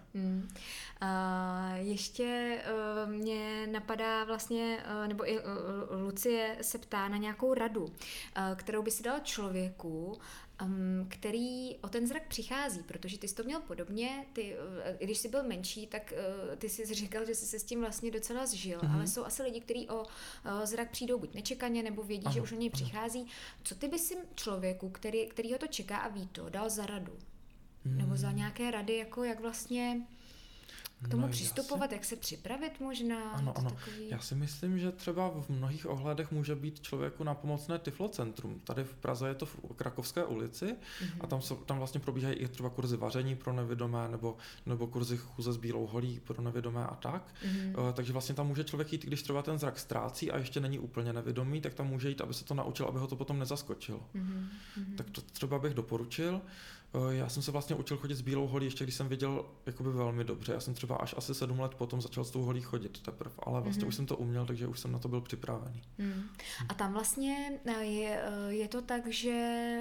Speaker 1: Ještě mě napadá vlastně, nebo i Lucie se ptá na nějakou radu, kterou by si dal člověku, který o ten zrak přichází, protože ty jsi to měl podobně, když jsi byl menší, tak ty jsi říkal, že jsi se s tím vlastně docela zžil, ale jsou asi lidi, kteří o zrak přijdou buď nečekaně, nebo vědí, že už o něj přichází. Co ty by si člověku, který ho to čeká a ví to, dal za radu? Nebo za nějaké rady, jako jak vlastně k tomu přistupovat, jak se připravit možná?
Speaker 2: Ano. Já si myslím, že třeba v mnohých ohledech může být člověku napomocné Tyflocentrum. Tady v Praze je to v Krakovské ulici a tam vlastně probíhají i třeba kurzy vaření pro nevědomé nebo kurzy chůze s bílou holí pro nevědomé a tak. Takže vlastně tam může člověk jít, když třeba ten zrak ztrácí a ještě není úplně nevědomý, tak tam může jít, aby se to naučil, aby ho to potom nezaskočilo. Tak to třeba bych doporučil. Já jsem se vlastně učil chodit s bílou holí, ještě když jsem viděl jakoby velmi dobře. Já jsem třeba až asi 7 let potom začal s tou holí chodit teprve, ale vlastně už jsem to uměl, takže už jsem na to byl připravený.
Speaker 1: A tam vlastně je to tak, že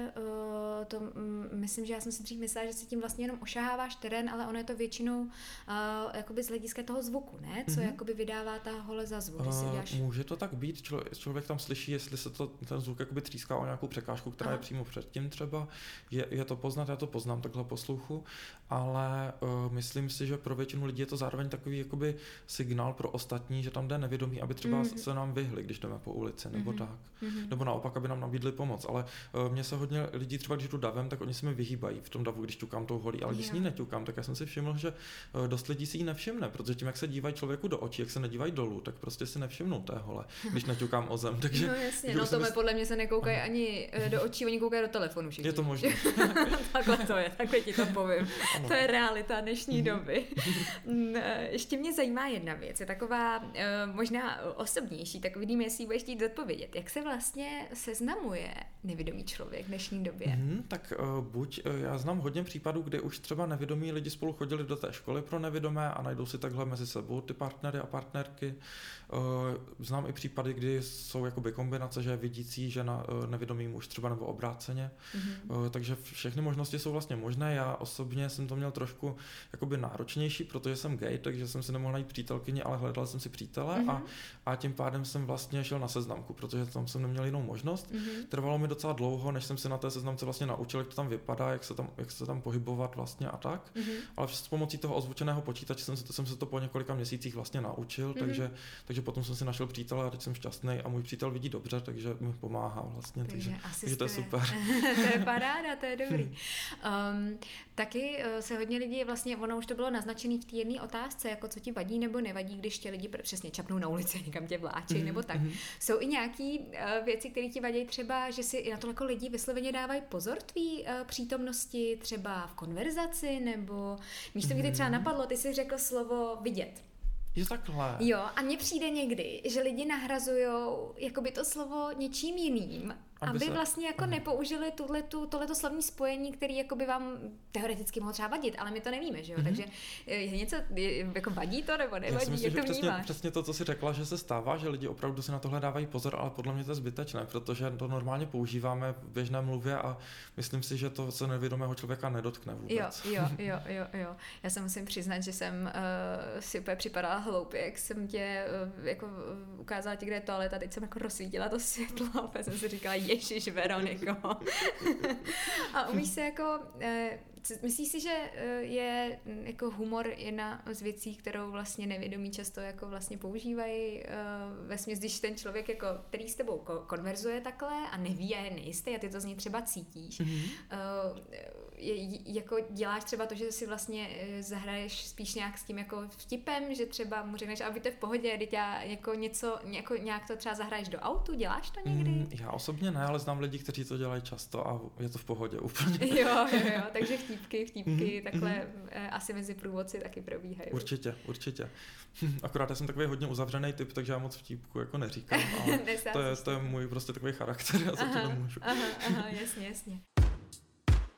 Speaker 1: myslím, že já jsem si dřív myslela, že si tím vlastně jenom ošaháváš terén, ale ono je to většinou jakoby z hlediska toho zvuku, ne? Co jakoby vydává ta hole za zvuk.
Speaker 2: Může to tak být, člověk tam slyší, jestli se ten zvuk jakoby tříská o nějakou překážku, která je přímo předtím třeba. Je to poznat, já to poznám takhle posluchu, ale myslím si, že pro většinu lidí je to zároveň takový jakoby signál pro ostatní, že tam jde nevědomí, aby třeba se nám vyhli, když jdeme po ulici, nebo tak. Nebo naopak, aby nám nabídli pomoc. Ale mně se hodně lidí třeba, když jdu davem, tak oni se mi vyhýbají v tom davu, když ťukám tou holí, ale když s ní neťukám, tak já jsem si všiml, že dost lidí si ji nevšimne, protože tím, jak se dívají člověku do očí, jak se nedívají dolů, tak prostě si nevšimnou té hole, když neťukám o zem. Takže,
Speaker 1: no jasně, podle mě se nekoukají ani do očí, oni koukají do telefonu všichni.
Speaker 2: Je to možné.
Speaker 1: Takhle to je, takhle ti to povím. Ano. To je realita dnešní doby. Ještě mě zajímá jedna věc, je taková možná osobnější, tak vidíme, jestli budeš chtít odpovědět. Jak se vlastně seznamuje nevědomý člověk v dnešní době?
Speaker 2: Tak já znám hodně případů, kde už třeba nevědomí lidi spolu chodili do té školy pro nevědomé a najdou si takhle mezi sebou ty partnery a partnerky. Znám i případy, kdy jsou jakoby kombinace, že je vidící žena, nevědomý muž třeba nebo obráceně. Takže všechny možnosti jsou vlastně možné. Já osobně jsem to měl trošku jakoby náročnější, protože jsem gay, takže jsem si nemohl najít přítelkyni, ale hledal jsem si přítele a tím pádem jsem vlastně šel na seznamku, protože tam jsem neměl jinou možnost. Trvalo mi docela dlouho, než jsem si na té seznamce vlastně naučil, jak to tam vypadá, jak se tam pohybovat vlastně a tak. Ale s pomocí toho ozvučeného počítače jsem se to po několika měsících vlastně naučil, takže potom jsem si našel přítele a teď jsem šťastný a můj přítel vidí dobře, takže mi pomáhá vlastně, takže to je super.
Speaker 1: To je paráda, to je dobrý. Taky se hodně lidí, vlastně ono už to bylo naznačené v té jedné otázce, jako co ti vadí nebo nevadí, když tě lidi přesně čapnou na ulici, někam tě vláčí nebo tak. Jsou i nějaký věci, které ti vadí třeba, že si i na to jako lidi vysloveně dávají pozor tvý přítomnosti, třeba v konverzaci, nebo víš, to mě třeba napadlo, ty jsi řekl slovo vidět.
Speaker 2: Je takhle.
Speaker 1: Jo, a mně přijde někdy, že lidi nahrazujou jakoby to slovo něčím jiným, aby vlastně jako nepoužili tohleto slovní spojení, který jakoby vám teoreticky mohlo třeba vadit, ale my to nevíme, že jo? Takže je něco, jako vadí to nebo nevadí,
Speaker 2: já si myslím,
Speaker 1: jak to vnímáš?
Speaker 2: Přesně to, co jsi řekla, že se stává, že lidi opravdu si na tohle dávají pozor, ale podle mě to je zbytečné, protože to normálně používáme v běžné mluvě a myslím si, že to se nevědomého člověka nedotkne vůbec.
Speaker 1: Jo. Já se musím přiznat, že jsem si úplně připadala hloupě, jak jsem tě jako ukázala ti, kde je toaleta, teď jsem jako rozsvítila to světlo a opět jsem si říkala, Ježiš, Veroniko. A umíš se jako, myslíš si, že je jako humor jedna z věcí, kterou vlastně nevědomí často jako vlastně používají vesměs, když ten člověk, jako, který s tebou konverzuje takhle a neví a je nejistý a ty to z něj třeba cítíš. Jako děláš třeba to, že si vlastně zahraješ spíš nějak s tím jako vtipem, že třeba mu řekneš, aby to je v pohodě, když jako něco, jako nějak to třeba zahraješ do autu, děláš to někdy?
Speaker 2: Já osobně ne, ale znám lidi, kteří to dělají často a je to v pohodě úplně.
Speaker 1: Jo, takže vtípky takhle asi mezi průvodci taky probíhají.
Speaker 2: Určitě. Akorát já jsem takový hodně uzavřený typ, takže já moc vtípku jako neříkám, ale to je můj prostě takový charakter, já za to nemůžu.
Speaker 1: Aha, jasně.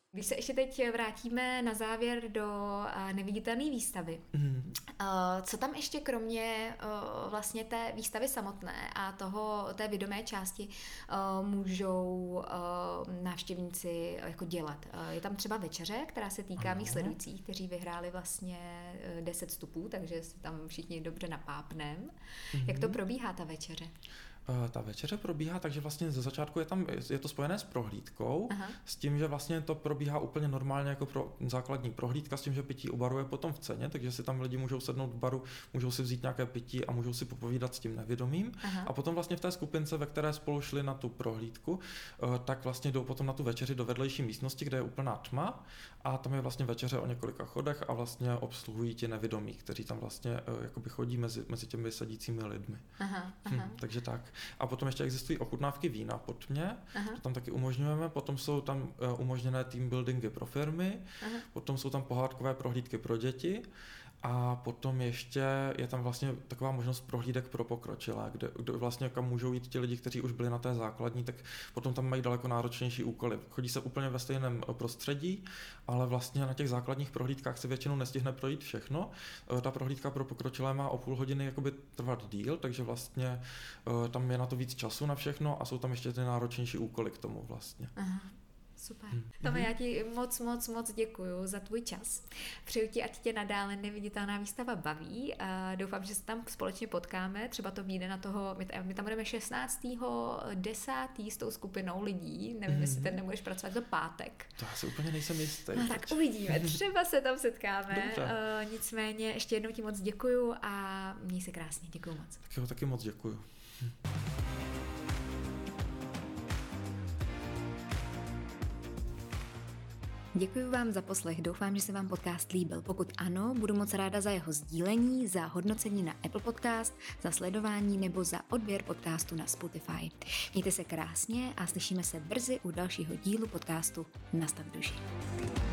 Speaker 1: Když se ještě teď vrátíme na závěr do neviditelné výstavy, co tam ještě kromě vlastně té výstavy samotné a té vědomé části můžou návštěvníci jako dělat? Je tam třeba večeře, která se týká mých sledujících, kteří vyhráli vlastně 10 vstupů, takže se tam všichni dobře napápnem. Jak to probíhá ta večeře?
Speaker 2: Ta večeře probíhá, takže vlastně ze začátku je to spojené s prohlídkou, s tím, že vlastně to probíhá úplně normálně jako pro základní prohlídka, s tím, že pití u baru je potom v ceně, takže si tam lidi můžou sednout v baru, můžou si vzít nějaké pití a můžou si popovídat s tím nevědomým. A potom vlastně v té skupince, ve které spolu šli na tu prohlídku, tak vlastně jdou potom na tu večeři do vedlejší místnosti, kde je úplná tma a tam je vlastně večeře o několika chodech a vlastně obsluhují ti nevědomí, kteří tam vlastně jakoby chodí mezi těmi sedícími lidmi. Takže tak. A potom ještě existují ochutnávky vína po tmě, to tam taky umožňujeme, potom jsou tam umožněné team buildingy pro firmy, potom jsou tam pohádkové prohlídky pro děti a potom ještě je tam vlastně taková možnost prohlídek pro pokročilé, kde vlastně kam můžou jít ti lidi, kteří už byli na té základní, tak potom tam mají daleko náročnější úkoly. Chodí se úplně ve stejném prostředí, ale vlastně na těch základních prohlídkách se většinou nestihne projít všechno. Ta prohlídka pro pokročilé má o půl hodiny jakoby trvat díl, takže vlastně tam je na to víc času na všechno a jsou tam ještě ty náročnější úkoly k tomu vlastně.
Speaker 1: Super. Tome, já ti moc děkuju za tvůj čas. Přeju ti, ať tě nadále neviditelná výstava baví. A doufám, že se tam společně potkáme. Třeba to vyjde na toho, my tam budeme 16.10. s tou skupinou lidí. Nevím, jestli ten nebudeš pracovat do pátek.
Speaker 2: To já si úplně nejsem jistý.
Speaker 1: No, tak uvidíme, třeba se tam setkáme. Nicméně ještě jednou ti moc děkuju a měj se krásně. Děkuju moc.
Speaker 2: Tak jo, taky moc děkuju.
Speaker 1: Děkuji vám za poslech, doufám, že se vám podcast líbil. Pokud ano, budu moc ráda za jeho sdílení, za hodnocení na Apple Podcast, za sledování nebo za odběr podcastu na Spotify. Mějte se krásně a slyšíme se brzy u dalšího dílu podcastu Nastav duši.